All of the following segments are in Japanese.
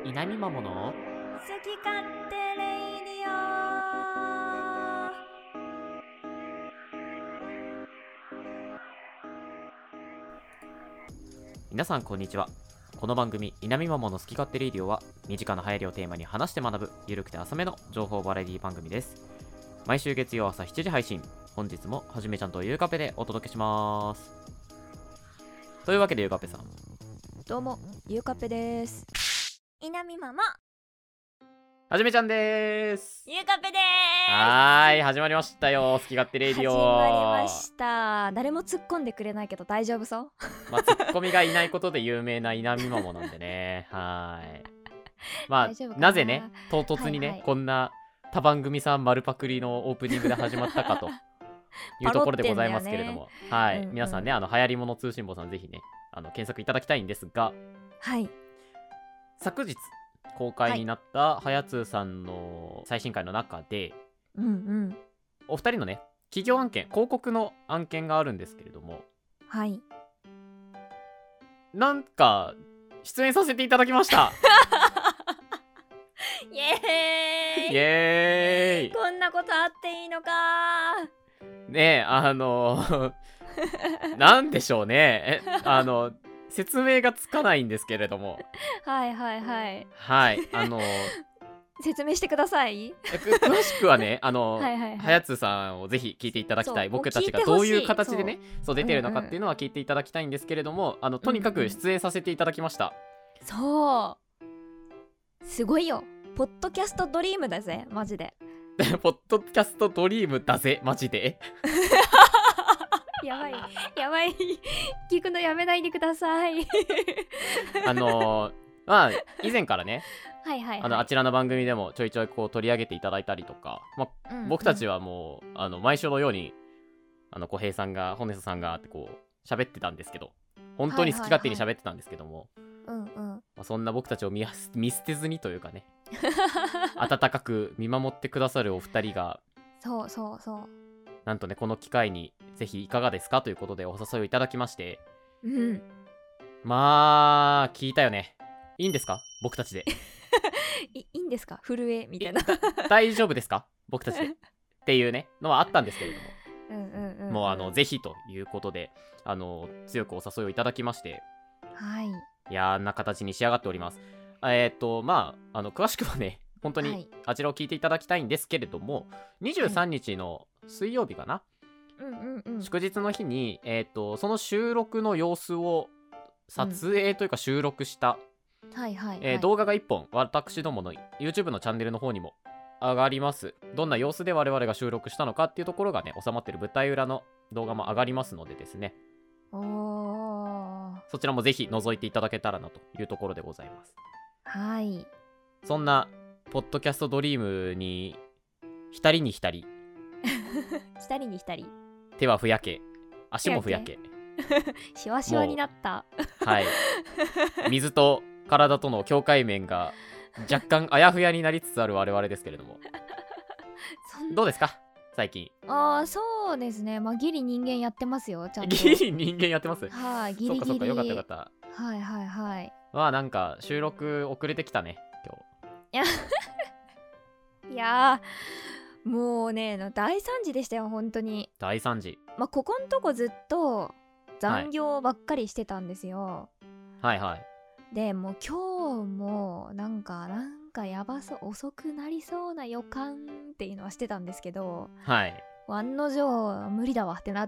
稲見まもの好き勝手レイディオ。 皆さんこんにちは。この番組稲見まもの好き勝手レイディオは身近な流行りをテーマに話して学ぶゆるくて浅めの情報バラエティ番組です。毎週月曜朝7時配信。本日もはじめちゃんとゆうかぺでお届けします。というわけでゆうかぺさん、 どうもゆうかぺです。稲見ママはじめちゃんでーす。 ゆうかぺではーい、始まりましたよ、好き勝手レイディオ。 始まりました。誰も突っ込んでくれないけど大丈夫そう？ まあツッコミがいないことで有名な稲見まもなんでね。はーい。まあなぜね唐突にね、 はいはい、 こんな他番組さん丸パクリのオープニングで始まったかというところでございますけれども、はい、皆さんね、流行り物通信簿さんぜひね検索いただきたいんですが、 はい、 昨日公開になったはやつさんの最新回の中で、お二人のね企業案件、広告の案件があるんですけれども、 はい、 なんか出演させていただきましたイエーイイエーイ。 こんなことあっていいのかねえなんでしょうね、説明がつかないんですけれども、 はいはいはいはい、 説明してください。 詳しくはねはいはいはい、 はやつさんをぜひ聞いていただきたい。僕たちがどういう形でねそう出てるのかっていうのは聞いていただきたいんですけれども、とにかく出演させていただきました。 そうすごいよ。ポッドキャストドリームだぜマジでポッドキャストドリームだぜマジでやばいやばい聞くのやめないでくださいまあ以前からねはいはい、はい、 あちらの番組でもちょいちょいこう取り上げていただいたりとか、僕たちはもう毎週のように小平さんがホネスさんがってこう喋ってたんですけど、本当に好き勝手に喋ってたんですけども、そんな僕たちを見捨てずにというかね温かく見守ってくださるお二人が、 そうなんとねこの機会にぜひいかがですかということでお誘いをいただきまして、まあ聞いたよね。いいんですか僕たちでいいんですか震えみたいな大丈夫ですか僕たちでっていうねのはあったんですけれども、もうぜひということで強くお誘いをいただきまして、 はい、 いやーな形に仕上がっております。まあ詳しくはね本当にあちらを聞いていただきたいんですけれども、23日の水曜日かな、祝日の日にその収録の様子を撮影というか収録した、動画が1本私どもの YouTube のチャンネルの方にも上がります。どんな様子で我々が収録したのかっていうところがね収まってる舞台裏の動画も上がりますのでですね、そちらもぜひ覗いていただけたらなというところでございます。 はい、 そんなポッドキャストドリームに浸りに浸り浸りに浸り手はふやけ足もふやけシワシワになったはい水と体との境界面が若干あやふやになりつつある我々ですけれどもどうですか最近？ そうですね、まあギリ人間やってますよ。ちゃんとギリ人間やってます。 はいギリギリ、 そっかよかったよかった。 はいまあなんか収録遅れてきたね今日。いやもうね大惨事でしたよ本当に。 大惨事。 まあここんとこずっと残業ばっかりしてたんですよ。 はいでもう今日もなんかやばそう遅くなりそうな予感っていうのはしてたんですけど、案の定無理だわってなって、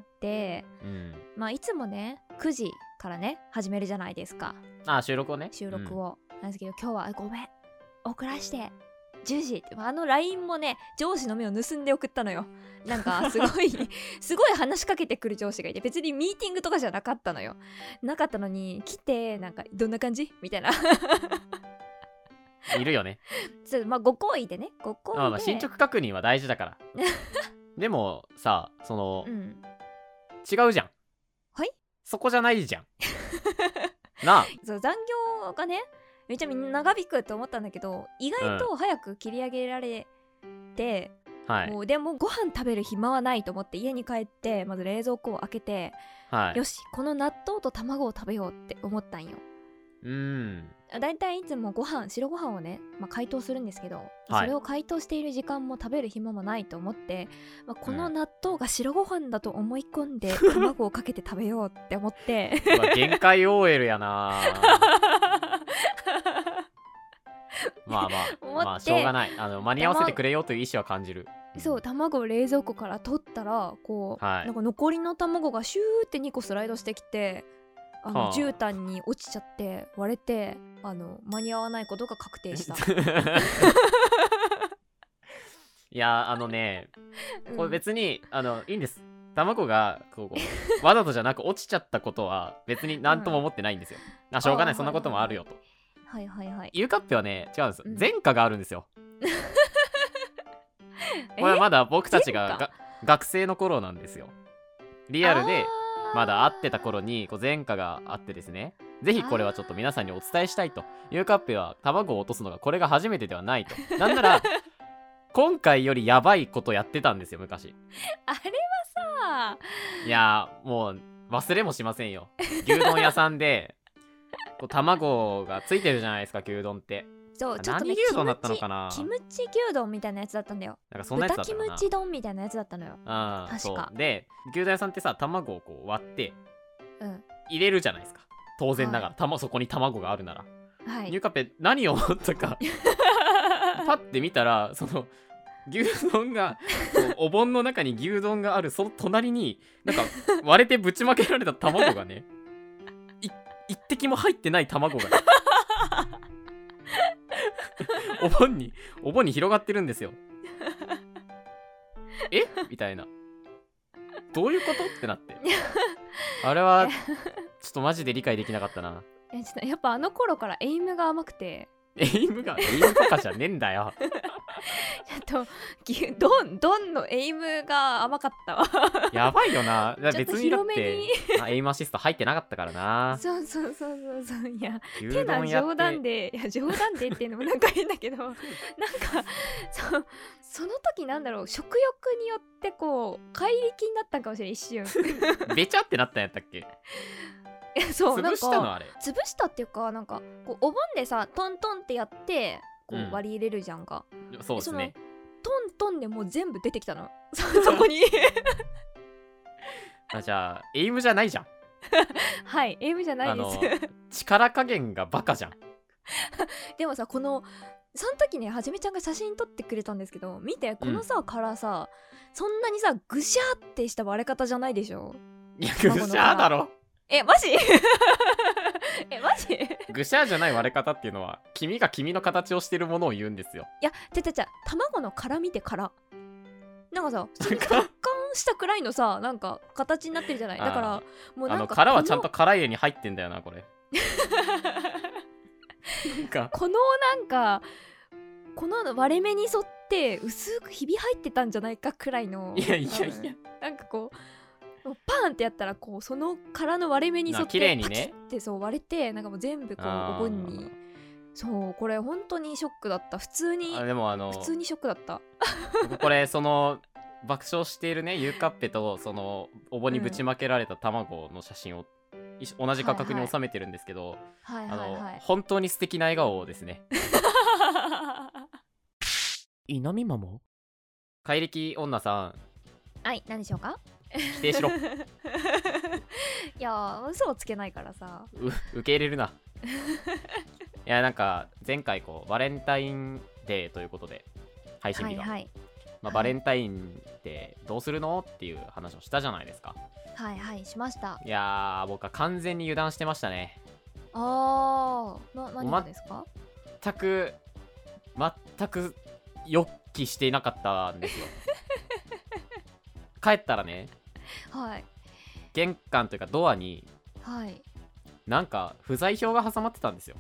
まあいつもね9時からね始めるじゃないですか。 収録をねなんですけど今日はごめん遅らして10時ってLINE もね上司の目を盗んで送ったのよ。なんかすごいすごい話しかけてくる上司がいて、別にミーティングとかじゃなかったのよ。なかったのに来てなんかどんな感じみたいないるよねまあご好意でねまあ進捗確認は大事だからでもさ違うじゃん。 はいそこじゃないじゃんなあそう残業がねめっちゃ長引くと思ったんだけど、意外と早く切り上げられて、もうでもご飯食べる暇はないと思って家に帰ってまず冷蔵庫を開けて、よしこの納豆と卵を食べようって思ったんよ。 だいたいいつも白ご飯をね、解凍するんですけど、 はいそれを解凍している時間も食べる暇もないと思って、この納豆が白ご飯だと思い込んで卵をかけて食べようって思って限界 OL やなまあしょうがない。間に合わせてくれよという意思は感じる。 そう、卵を冷蔵庫から取ったらこう、なんか残りの卵がシューって2個スライドしてきて、絨毯に落ちちゃって割れて、間に合わないことが確定したいやこれ別にいいんです。卵がこうわざとじゃなく落ちちゃったことは別に何とも思ってないんですよ。しょうがない、そんなこともあるよと。 はいはいはい。 ゆうカッペはね違うんです。前科があるんですよ。これはまだ僕たちが学生の頃なんですよ。リアルでまだ会ってた頃に前科があってですね、ぜひこれはちょっと皆さんにお伝えしたいと。ゆうカッペは卵を落とすのがこれが初めてではないと。なんなら今回よりやばいことやってたんですよ昔。 あれはさ、 いやもう忘れもしませんよ。牛丼屋さんでこう卵がついてるじゃないですか、牛丼って。 そう、ちょっと何牛丼だったのかな。 キムチ牛丼みたいなやつだったんだよ。 なんかそんなやつだったかな。 豚キムチ丼みたいなやつだったのよ。確か。 で牛丼屋さんってさ、卵をこう割って入れるじゃないですか、当然ながら、そこに卵があるなら。ニューカッペ何を思ったかパッて見たら、その牛丼がお盆の中に牛丼があるその隣になんか割れてぶちまけられた卵がね一滴も入ってない卵がお盆に広がってるんですよ。みたいな、どういうことってなってあれはちょっとマジで理解できなかったな。 ちょっとやっぱ頃からエイムが甘くて。 エイムとかじゃねえんだよ。 ドンのエイムが甘かったわ。 やばいよな。別にだってエイムアシスト入ってなかったからな。 そういや手な冗談でっていうのもなんか変だけどなんかその時なんだろう、食欲によってこう怪力になったんかもしれない、一瞬べちゃってなったんやったっけ。 そう、 潰したのあれ。 潰したっていうか、なんかこうお盆でさトントンってやってこう割り入れるじゃんか。 そうですね。 トントンでもう全部出てきたのそこにじゃあエイムじゃないじゃん。 はい、エイムじゃないです力加減がバカじゃん。 でもさ、その時ね、はじめちゃんが写真撮ってくれたんですけど、見てこのさ、殻さ、そんなにさぐしゃってした割れ方じゃないでしょ。 いや、ぐしゃだろ。 マジマジぐしゃじゃない割れ方っていうのは君が君の形をしてるものを言うんですよ。 いや、卵の殻見て、殻なんかさ普通にカッカンしたくらいのさ、なんか形になってるじゃない。だからもうなんか殻はちゃんと殻入れに入ってんだよな、これ。 この割れ目に沿って薄くひび入ってたんじゃないかくらいの。 いやなんかこうパーンってやったらこうその殻の割れ目に沿って綺麗にねパキッてそう割れて、なんかもう全部こうお盆に。そう、これ本当にショックだった。普通にショックだった。 これその爆笑しているね、ゆうかっぺとそのお盆にぶちまけられた卵の写真を同じ価格に収めてるんですけど、本当に素敵な笑顔ですね。稲見ママ怪力女さん、 はい、何でしょうか。 否定しろ。いや、嘘をつけないからさ。 受け入れるな。いや、なんか前回こうバレンタインデーということで配信日が、バレンタインデーどうするのっていう話をしたじゃないですか。 はいしました。 いやー、僕は完全に油断してましたね。 何がですか。 全く予期していなかったんですよ。帰ったらね、玄関というかドアに、なんか不在票が挟まってたんですよ。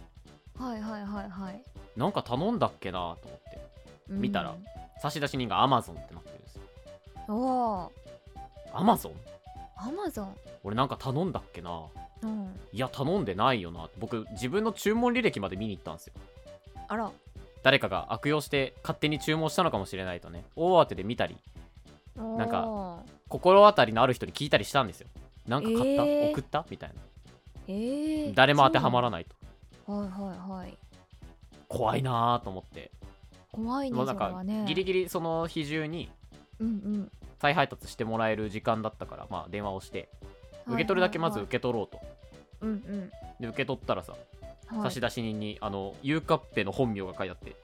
なんか頼んだっけなと思って見たら、差出人が Amazon ってなってるんですよ。Amazon？ 俺なんか頼んだっけな。いや、頼んでないよな。僕自分の注文履歴まで見に行ったんですよ。 あら。 誰かが悪用して勝手に注文したのかもしれないとね、大慌てで見たり、なんか心当たりのある人に聞いたりしたんですよ。なんか買った、送ったみたいな。誰も当てはまらないと。 はいはいはい。 怖いなと思って。 怖いね、それはね。 ギリギリその日中に再配達してもらえる時間だったから、まあ電話をして受け取るだけまず受け取ろうと、で受け取ったらさ、差出人にゆうかっぺの本名が書いてあって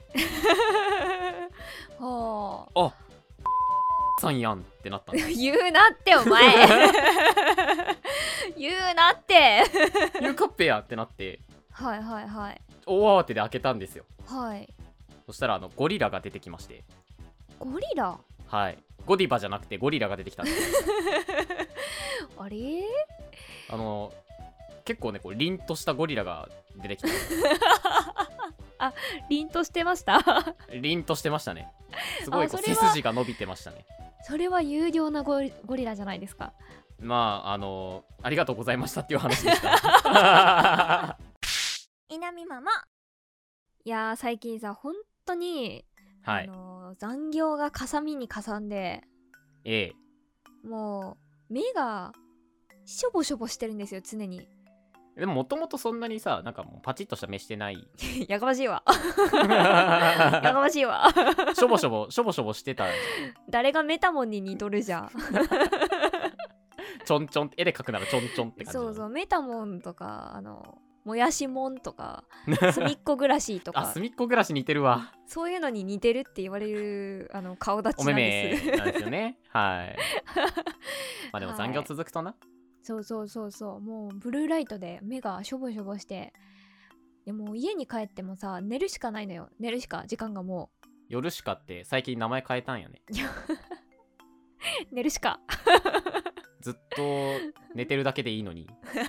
はあさんやんってなったんだ言うなってお前言うなってゆうかっぺやってなって、 はいはいはい、 大慌てで開けたんですよ。 はい。 そしたらゴリラが出てきまして。 ゴリラ？ はい、ゴディバじゃなくてゴリラが出てきたんですあれ？ 結構ね、こう凛としたゴリラが出てきたあ、凛としてました凛としてましたね。すごいこう背筋が伸びてましたね。 それは有料なゴリラじゃないですか。 まあありがとうございましたっていう話でしたいなみママ。いや最近さ本当に、 はい、 残業がかさみにかさんで、もう目がしょぼしょぼしてるんですよ、常に。 でももともとそんなにさ、なんかもうパチッとした目してないやかましいわやかましいわしょぼしょぼしてた。 誰がメタモンに似とるじゃんちょんちょん、絵で描くならちょんちょんって感じ。 そうそう、メタモンとかもやしもんとかすみっこ暮らしとかすみっこ暮らし似てるわ。 そういうのに似てるって言われる顔立ちなんです。 お目目なんですよねはいまあでも残業続くとな、 そうそうそうそう、もうブルーライトで目がしょぼしょぼして、でも家に帰ってもさ寝るしかないのよ。寝るしか時間がもう。 夜しかって最近名前変えたんやね寝るしかずっと寝てるだけでいいのに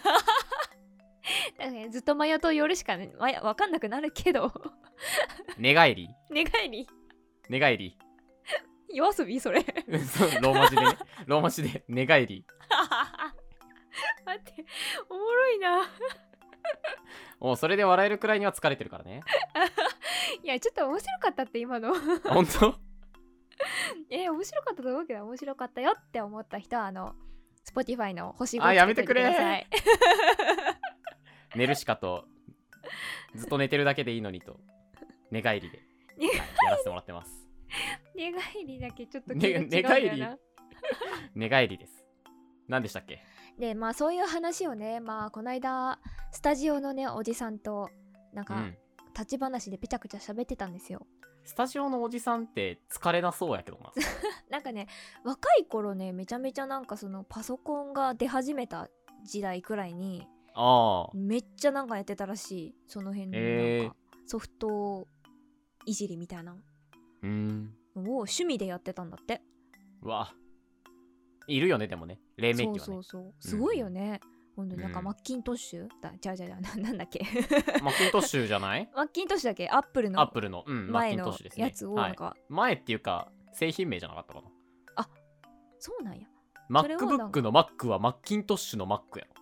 だから、ずっと迷うと夜しか、ね、分かんなくなるけど寝返り寝返り寝返り夜遊びそれそうローマ字でねローマ字で寝返り待っておもろいなもうそれで笑えるくらいには疲れてるからねいやちょっと面白かったって今の本当面白かったと思うけど、面白かったよって思った人はSpotify の星5 やめてくれください寝るしかとずっと寝てるだけでいいのにと寝返りで、やらせてもらってます寝返りだけちょっと気が違うんだよな。 寝返りです。何でしたっけ？ でまあそういう話をね、まあこの間スタジオのねおじさんとなんか、立ち話でぺちゃくちゃ喋ってたんですよ。 スタジオのおじさんって疲れなそうやけどななんかね、若い頃ねめちゃめちゃなんかそのパソコンが出始めた時代くらいにめっちゃなんかやってたらしい。その辺のなんかソフトいじりみたいなのを趣味でやってたんだって。 うわ、いるよね。でもね、黎明期はね。 そうそうそう、すごいよね、ほんとに。なんかマッキントッシュなんだっけマッキントッシュじゃないマッキントッシュだっけ？アップルの前のやつをなんか、 前っていうか製品名じゃなかったかな。 あ、そうなんや。 MacBook の Mac はマッキントッシュの Mac やろ。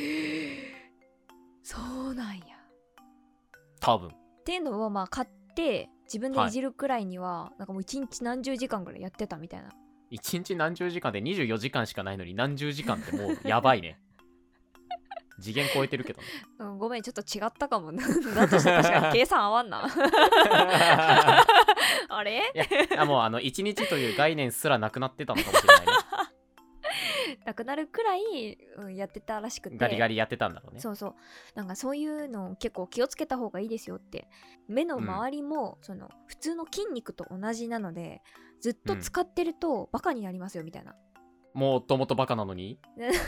そうなんや多分。 っていうのをまあ買って自分でいじるくらいには、なんかもう1日何十時間ぐらいやってたみたいな。 1日何十時間で24時間しかないのに何十時間ってもうやばいね次元超えてるけどね。 ごめん、ちょっと違ったかもだとしたら確かに計算合わんなあれ？ いやもう1日という概念すらなくなってたのかもしれないねなくなるくらい、やってたらしくて、 ガリガリやってたんだろうね。 そうそう、なんかそういうの結構気をつけた方がいいですよって。目の周りも、その普通の筋肉と同じなのでずっと使ってるとバカになりますよみたいな。 もともとバカなのに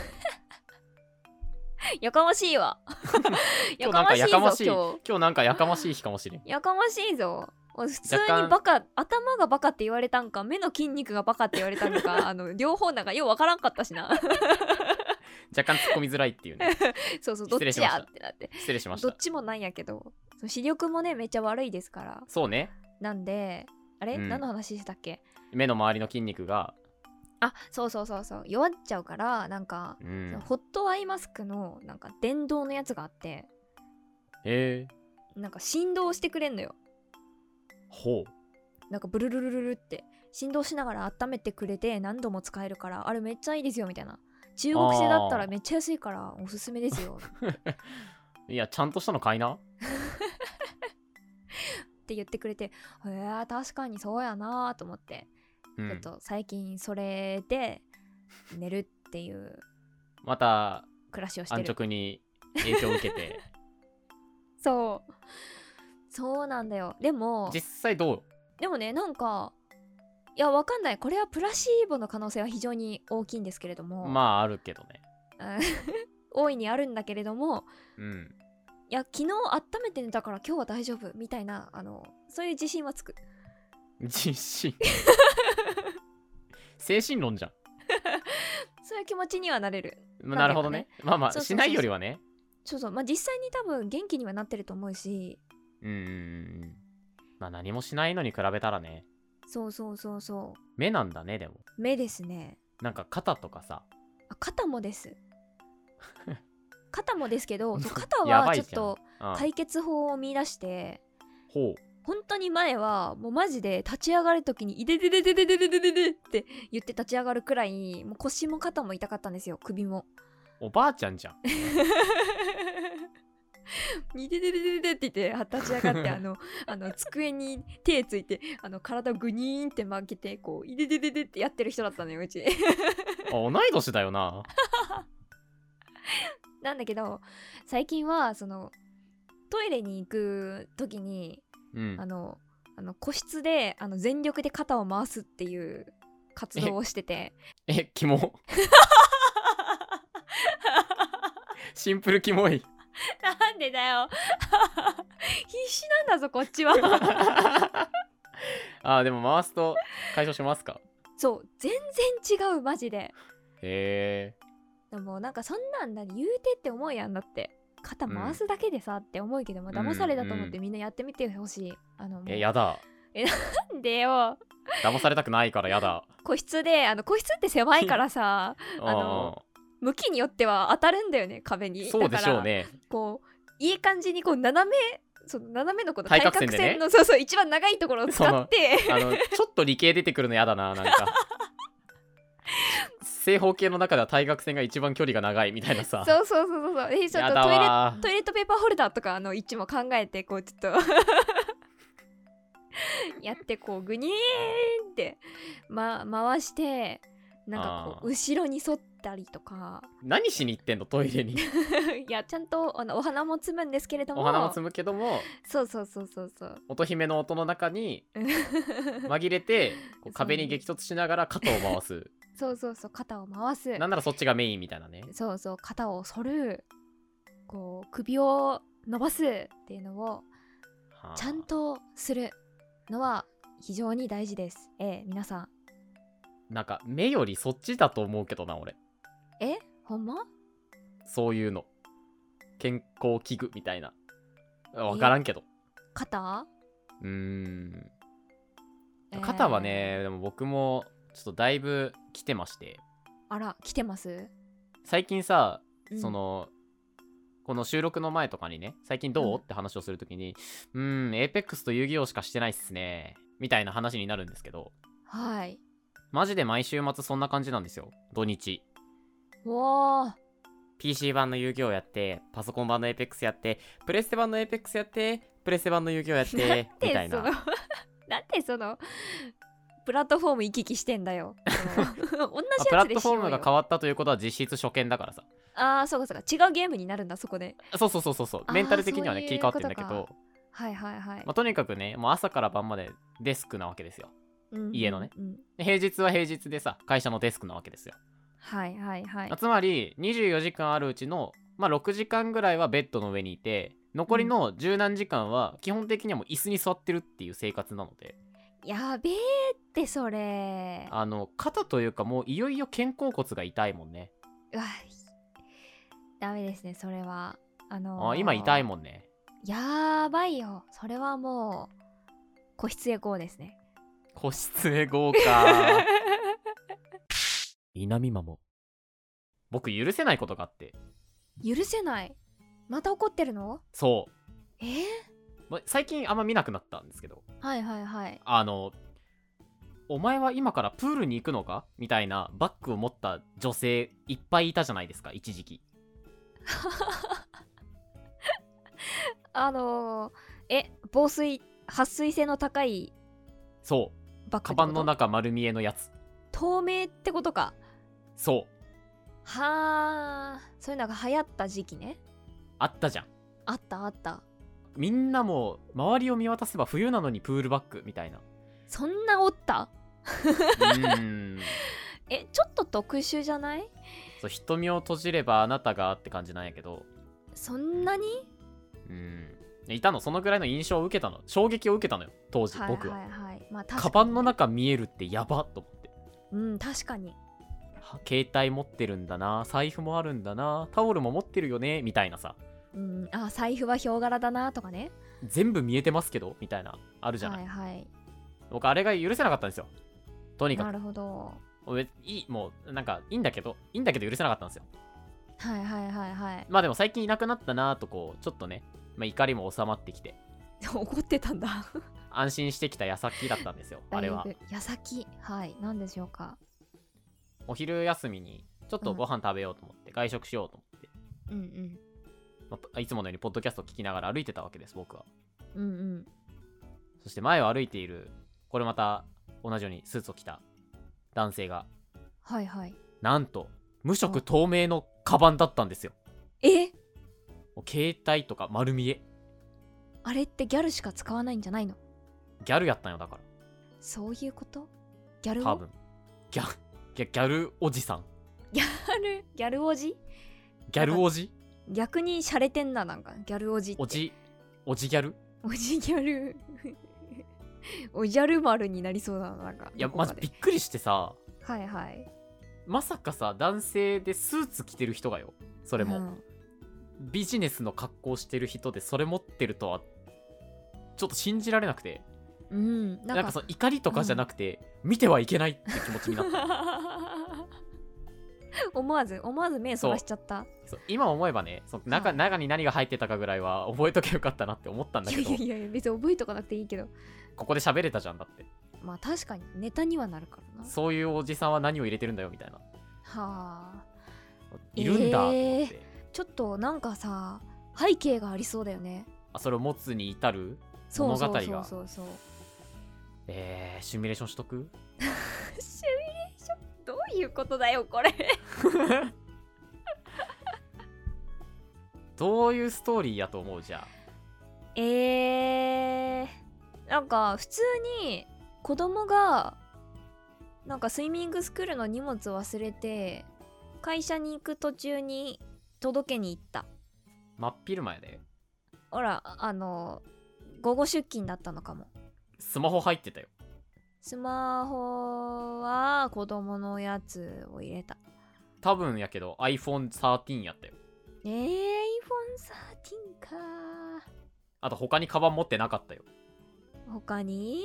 やかましいわやかましいぞ今日なんかやかましい日かもしれん。 やかましいぞ。普通にバカ、頭がバカって言われたんか、目の筋肉がバカって言われたんか両方なんかようわからんかったしな若干突っ込みづらいっていうねそうそう、どっちやってなって。 失礼しました。 どっちもなんやけど、視力もねめっちゃ悪いですから。 そうね。 なんであれ、何の話してたっけ？ 目の周りの筋肉が、 そう弱っちゃうから、なんか、ホットアイマスクのなんか電動のやつがあって、なんか振動してくれんのよ。 ほう。 なんかブルルルルルって振動しながら温めてくれて何度も使えるから、あれめっちゃいいですよみたいな。中国製だったらめっちゃ安いからおすすめですよいやちゃんとしたの買いなって言ってくれて、確かにそうやなと思って、ちょっと最近それで寝るっていうまた暮らしをしてる。 安直に影響を受けてそうなんだよ。でも実際どう？ でもね、なんかいやわかんない、これはプラシーボの可能性は非常に大きいんですけれども、 まああるけどね大いにあるんだけれども、いや昨日温めて寝たから今日は大丈夫みたいな、そういう自信はつく。 自信精神論じゃんそういう気持ちにはなれる。 なるほどね。まあしないよりはね。 まあ実際に多分元気にはなってると思うし、 まあ何もしないのに比べたらね。 そう目なんだね。でも目ですね。 なんか肩とかさ。 肩もです肩もですけど肩はちょっと解決法を見出して、本当に前はもうマジで立ち上がる時にイデデデデデデデデデデって言って立ち上がるくらい、もう腰も肩も痛かったんですよ、首も。 おばあちゃんじゃんイデデデデデって言って立ち上がって机に手ついて体をグニーンって曲げてこうイデデデデってやってる人だったのよ、うち同い年だよななんだけど最近はトイレに行く時に、個室で全力で肩を回すっていう活動をしててキモシンプルキモいなんでだよ必死なんだぞこっちはでも回すと解消しますか？ そう全然違うマジで。 へえ。 でもなんかそんなんだ言うてって思うやん。だって肩回すだけでさ、って思うけども、騙されたと思ってみんなやってみてほしい。 やだ。 なんでよ。 騙されたくないからやだ。 個室って狭いからさ向きによっては当たるんだよね、壁に。 そうでしょうね。 こういい感じにこう斜めのこの対角線の、 ね、 そう一番長いところを使ってちょっと理系出てくるのやだな、なんか正方形の中では対角線が一番距離が長いみたいなさ。 そうちょっとトイレットペーパーホルダーとか位置も考えてこうちょっとやってこうグニーンって、回してなんかこう後ろに沿ったりとか。 何しに行ってんのトイレにいやちゃんとお花も摘むんですけれども。 お花も摘むけども、 そう乙姫の音の中に紛れてこう壁に激突しながら肩を回すそう肩を回す。 なんならそっちがメインみたいなね。 そう肩を反る、こう首を伸ばすっていうのをちゃんとするのは非常に大事です。皆さん。 なんか目よりそっちだと思うけどな、俺。 ほんま？ そういうの健康器具みたいな、分からんけど。 肩？ 肩はね、でも僕もちょっとだいぶ来てまして。 あら、来てます？ 最近さ、この収録の前とかにね、最近どうって話をするときに、APEX と遊戯王しかしてないっすねみたいな話になるんですけど、 はい、 マジで毎週末そんな感じなんですよ、土日。 わー、 PC 版の遊戯王やって、パソコン版の APEX やって、プレステ版の APEX やって、プレステ版の遊戯王やってみたいな。 なんでそのプラットフォーム行き来してんだよ同じやつでしようよ。 プラットフォームが変わったということは実質初見だからさ。 そうか違うゲームになるんだ、そこで。 そうメンタル的にはね切り替わってるんだけど、とにかくね、もう朝から晩までデスクなわけですよ、家のね、平日は平日でさ、会社のデスクなわけですよ。つまり24時間あるうちの、6時間ぐらいはベッドの上にいて、残りの十何時間は基本的にはもう椅子に座ってるっていう生活なので、 やべえってそれ。 肩というかもういよいよ肩甲骨が痛いもんね。 ダメですねそれは。 今痛いもんね。 やばいよ、それはもう個室へ行こうですね。 個室へ行か南マモ、僕許せないことがあって。 許せない？また怒ってるの？ そう。最近あんま見なくなったんですけど、お前は今からプールに行くのかみたいなバッグを持った女性いっぱいいたじゃないですか、一時期防水撥水性の高いそうバッグってこと。 カバンの中丸見えのやつ。 透明ってことか。 そうはあ、そういうのが流行った時期ね。 あったじゃん。 あったあった。 みんなも周りを見渡せば冬なのにプールバッグみたいな。 そんなおった？ちょっと特殊じゃない？ そう瞳を閉じればあなたがって感じなんやけど。 そんなに？ いたの。そのぐらいの印象を受けたの。衝撃を受けたのよ当時、僕は。 はいはいはい、まあ確かにね、 カバンの中見えるってやばっと思って。 確かに。 携帯持ってるんだな、財布もあるんだな、タオルも持ってるよねみたいなさ。 財布はヒョウ柄だなとかね。 全部見えてますけどみたいなあるじゃない。 はいはい。 僕あれが許せなかったんですよ。とにかく。なるほど。 もうなんかいいんだけど許せなかったんですよ。 はいはいはいはい。 まあでも最近いなくなったなとこうちょっとね、怒りも収まってきて怒ってたんだ安心してきた矢先だったんですよあれは。 矢先、はい、何でしょうか。 お昼休みにちょっとご飯食べようと思って、外食しようと思って、いつものようにポッドキャスト聞きながら歩いてたわけです僕は。そして前を歩いている、これまた同じようにスーツを着た男性が、 はいはい、 なんと無色透明のカバンだったんですよ。携帯とか丸見え。 あれってギャルしか使わないんじゃないの？ ギャルやったんよだから。 そういうこと？ギャル？ 多分ギャルおじさん。 ギャルおじ？ ギャルおじ？ 逆に洒落てんな、なんかギャルおじって。 おじギャル？ おじギャルおじゃる丸になりそうだな、なんか。 いやマジびっくりしてさ。 はいはい。 まさかさ、男性でスーツ着てる人がよ、それも、ビジネスの格好してる人でそれ持ってるとはちょっと信じられなくて、なんかその怒りとかじゃなくて、見てはいけないって気持ちになった思わず目そらしちゃった。 そう今思えばね、中に何が入ってたかぐらいは覚えとけばよかったなって思ったんだけど。 いや別に覚えとかなくていいけど、 ここで喋れたじゃんだって。 まあ確かにネタにはなるからな。 そういうおじさんは何を入れてるんだよみたいな。 はあ、 いるんだと思って、 ちょっとなんかさ、背景がありそうだよね。 それを持つに至る物語が。 そうシミュレーションしとく？ シミュレーションどういうことだよこれどういうストーリーやと思う？じゃあなんか普通に子供がなんかスイミングスクールの荷物忘れて会社に行く途中に届けに行った。 真っ昼前で。 ほら午後出勤だったのかも。 スマホ入ってたよ。 スマホは子供のやつを入れた。 多分やけど iPhone13 やったよ。 iPhone13 か。 あと他にカバン持ってなかったよ。 他に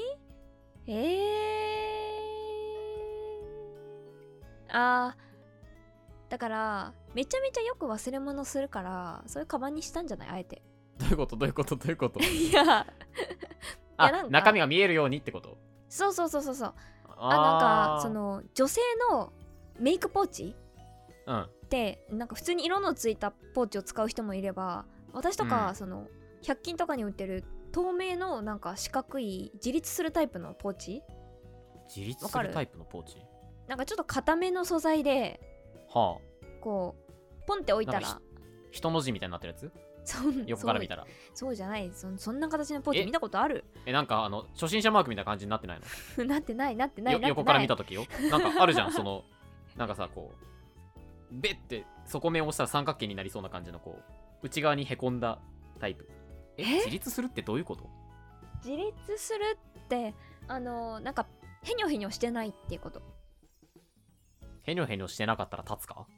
だからめちゃめちゃよく忘れ物するからそういうカバンにしたんじゃない？あえて。 どういうこといや中身が見えるようにってこと？ そうなんかその女性のメイクポーチってなんか普通に色のついたポーチを使う人もいれば、私とかその100均とかに売ってる透明のなんか四角い自立するタイプのポーチ。 自立するタイプのポーチ？ なんかちょっと固めの素材で、こうポンって置いたら人の字みたいになってるやつ？横から見たらそうじゃない。そんな形のポーチ見たことある？ なんか初心者マークみたいな感じになってないの？なってない横から見た時よ。なんかあるじゃんそのなんかさこうベッて底面を押したら三角形になりそうな感じのこう内側にへこんだタイプ。自立するってどういうこと？ 自立するってなんかヘニョヘニョしてないっていうこと。 ヘニョヘニョしてなかったら立つか？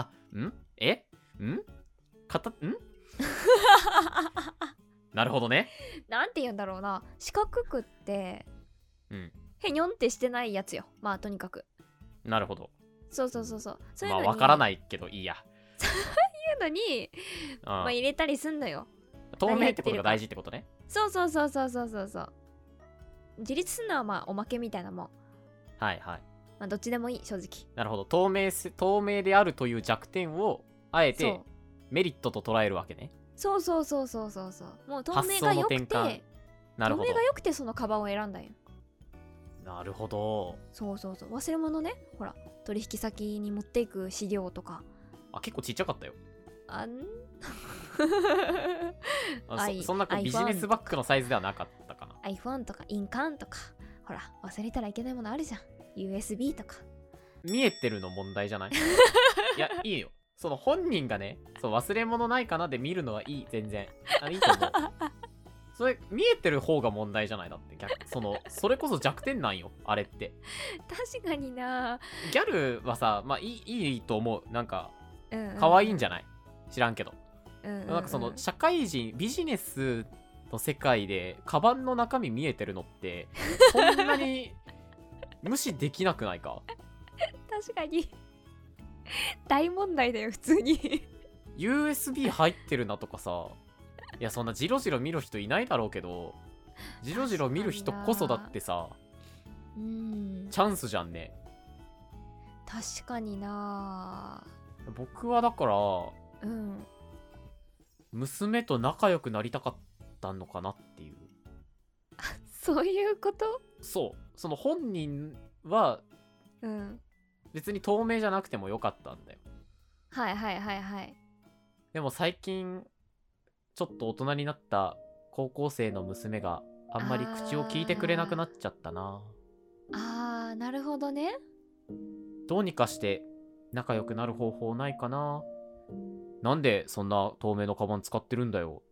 なるほどね。 なんて言うんだろうな、四角くってヘニョンってしてないやつよ。まあとにかく。 なるほど。 そういうのにまあわからないけどいいや。 そういうのにまあ入れたりすんのよ。 透明ってことが大事ってことね。 そう自立するのはまあおまけみたいなもん。 はい。 まあどっちでもいい正直。 なるほど。透明であるという弱点をあえてメリットと捉えるわけね。 そうもう透明が良くてなるほど。 透明が良くてそのカバンを選んだんよ。 なるほど。 そうそうそう、忘れ物ね、ほら取引先に持っていく資料とか。 あ、結構ちっちゃかったよ。そんなビジネスバッグのサイズではなかったかな。 iPhone とか印鑑とか、ほら忘れたらいけないものあるじゃん。 USB とか。 見えてるの問題じゃない？いや、いいよ。その本人がね、そう忘れ物ないかなで見るのはいい、全然。いいと思う。それ見えてる方が問題じゃない？だってそれこそ弱点なんよ、あれって。 確かにな。 ギャルはさ、まあいいと思う。なんか可愛いんじゃない？知らんけど。なんかその社会人ビジネスの世界でカバンの中身見えてるのってそんなに無視できなくないか？ 確かに大問題だよ普通に。 USB 入ってるなとかさ、いやそんなジロジロ見る人いないだろうけど、ジロジロ見る人こそだってさ、チャンスじゃんね。 確かにな。 僕はだからうん娘と仲良くなりたかったのかなっていう。 そういうこと？ そう、その本人は別に透明じゃなくてもよかったんだよ。 はいはいはいはい。 でも最近ちょっと大人になった高校生の娘があんまり口を聞いてくれなくなっちゃったな。 なるほどね。 どうにかして仲良くなる方法ないかな。なんでそんな透明のカバン使ってるんだよ。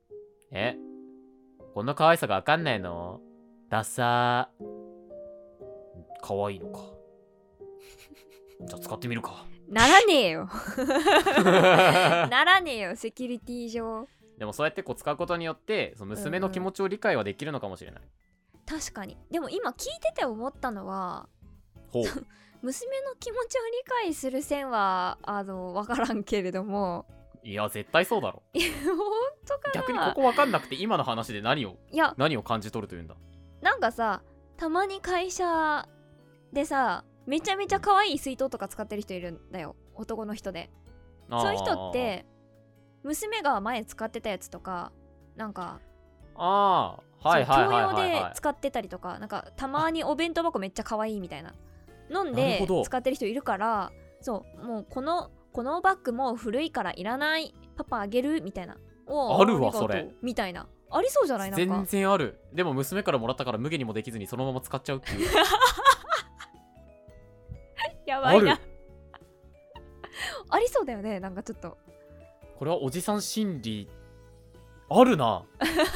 こんな可愛さがわかんないの？ダサー。可愛いのか。じゃあ使ってみるか。 ならねえよ。ならねえよ、セキュリティ上。 でもそうやってこう使うことによってその娘の気持ちを理解はできるのかもしれない。 確かに。でも今聞いてて思ったのは、娘の気持ちを理解する線は分からんけれども。 いや絶対そうだろ。 本当かな。 逆にここ分かんなくて今の話で何を感じ取るというんだ。 なんかさ、たまに会社でさ、めちゃめちゃ可愛い水筒とか使ってる人いるんだよ、男の人で。そういう人って娘が前使ってたやつとか、なんかはいはいはいはい、 共用で使ってたりとか、なんかたまにお弁当箱めっちゃ可愛いみたいな飲んで使ってる人いるから、そうもうこのバッグも古いからいらない、パパあげるみたいな。 あるわそれみたいな。ありそうじゃない？なんか全然ある。でも娘からもらったから無限にもできずにそのまま使っちゃうっていう。 やばいな。ありそうだよね。なんかちょっとこれはおじさん心理あるな。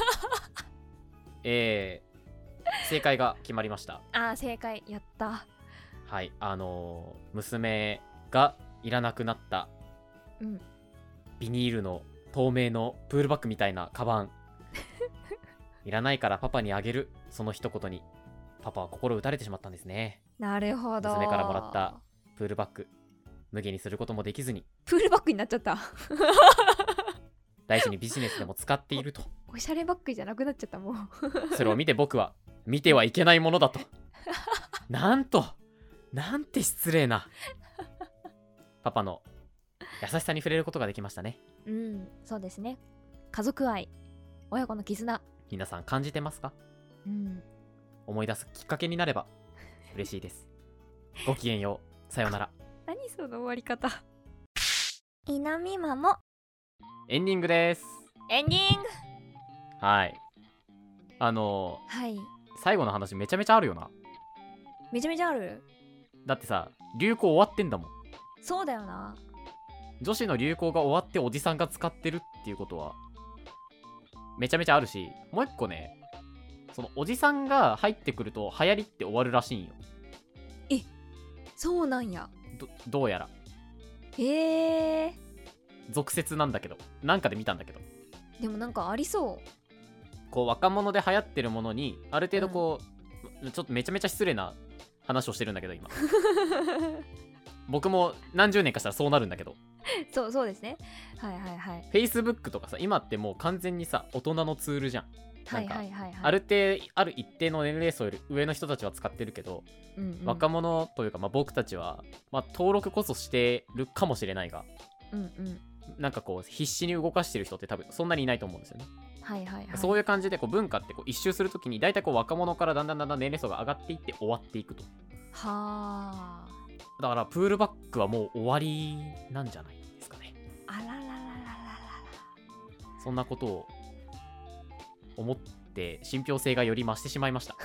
正解が決まりました。 正解。やった。 はい、娘がいらなくなった、ビニールの透明のプールバッグみたいなカバンいらないからパパにあげる、その一言にパパは心打たれてしまったんですね。 なるほど。 娘からもらったプールバッグ無限にすることもできずにプールバッグになっちゃった。 大事にビジネスでも使っていると。 おしゃれバッグじゃなくなっちゃったもう。 それを見て僕は見てはいけないものだとなんて失礼なパパの優しさに触れることができましたね。 そうですね。家族愛、親子の絆、 皆さん感じてますか？思い出すきっかけになれば嬉しいです。ごきげんよう、さよなら。 何その終わり方。いなみまもエンディングです。 エンディング。 はい。最後の話めちゃめちゃあるよな。 めちゃめちゃある。 だってさ、流行終わってんだもん。 そうだよな。 女子の流行が終わっておじさんが使ってるっていうことはめちゃめちゃあるし、もう一個ね、そのおじさんが入ってくると流行りって終わるらしいんよ。 そうなんや。 どうやら俗説なんだけど、なんかで見たんだけど。 でもなんかありそう。 こう若者で流行ってるものにある程度こう、ちょっとめちゃめちゃ失礼な話をしてるんだけど今僕も何十年かしたらそうなるんだけど。 そうですね。はいはいはい。 Facebook とかさ、今ってもう完全にさ大人のツールじゃん。なんかある一定の年齢層より上の人たちは使ってるけど、若者というか、僕たちは、登録こそしてるかもしれないが、なんかこう必死に動かしてる人って多分そんなにいないと思うんですよね。 はいはいはい、 そういう感じでこう文化ってこう一周するときに大体こう若者からだんだん年齢層が上がっていって終わっていくと。 はあ。 だからプールバックはもう終わりなんじゃないですかね。 あららららららら。 そんなことを思って信憑性がより増してしまいました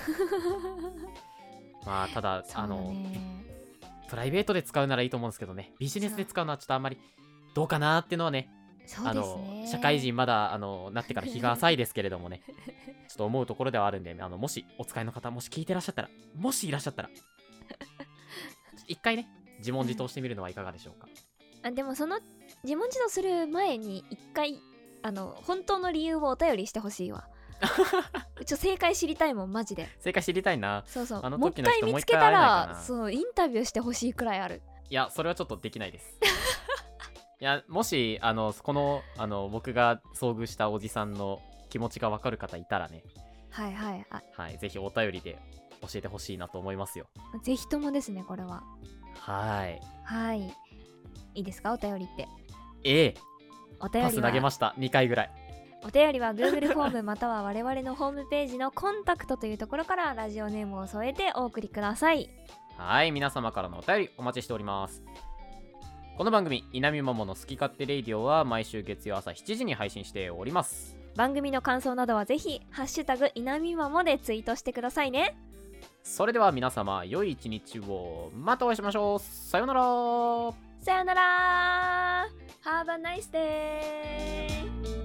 まあただプライベートで使うならいいと思うんですけどね、ビジネスで使うのはちょっとあんまりどうかなっていうのはね、 そうですね、 社会人まだなってから日が浅いですけれどもねちょっと思うところではあるんで、もしお使いの方もし聞いてらっしゃったら、もしいらっしゃったら一回ね自問自答してみるのはいかがでしょうか。 でもその自問自答する前に一回本当の理由をお便りしてほしいわ正解知りたいもん、マジで。 正解知りたいな。 そうそう、 もう一回見つけたらそうインタビューしてほしいくらいある。 いやそれはちょっとできないですいやもしこの僕が遭遇したおじさんの気持ちが分かる方いたらね、 はいはいはい、ぜひお便りで教えてほしいなと思いますよ。 ぜひともですね、これは。 はいはい、いいですか、お便りって。お便りはパス投げました2回ぐらい。 お便りは Google フォームまたは我々のホームページのコンタクトというところからラジオネームを添えてお送りください。 はい、皆様からのお便りお待ちしております。この番組稲見桃の好き勝手レイディオは毎週月曜朝7時に配信しております。 番組の感想などはぜひハッシュタグ稲見桃でツイートしてくださいね。 それでは皆様良い一日を。またお会いしましょう。さようなら。 さようなら。Have a nice day.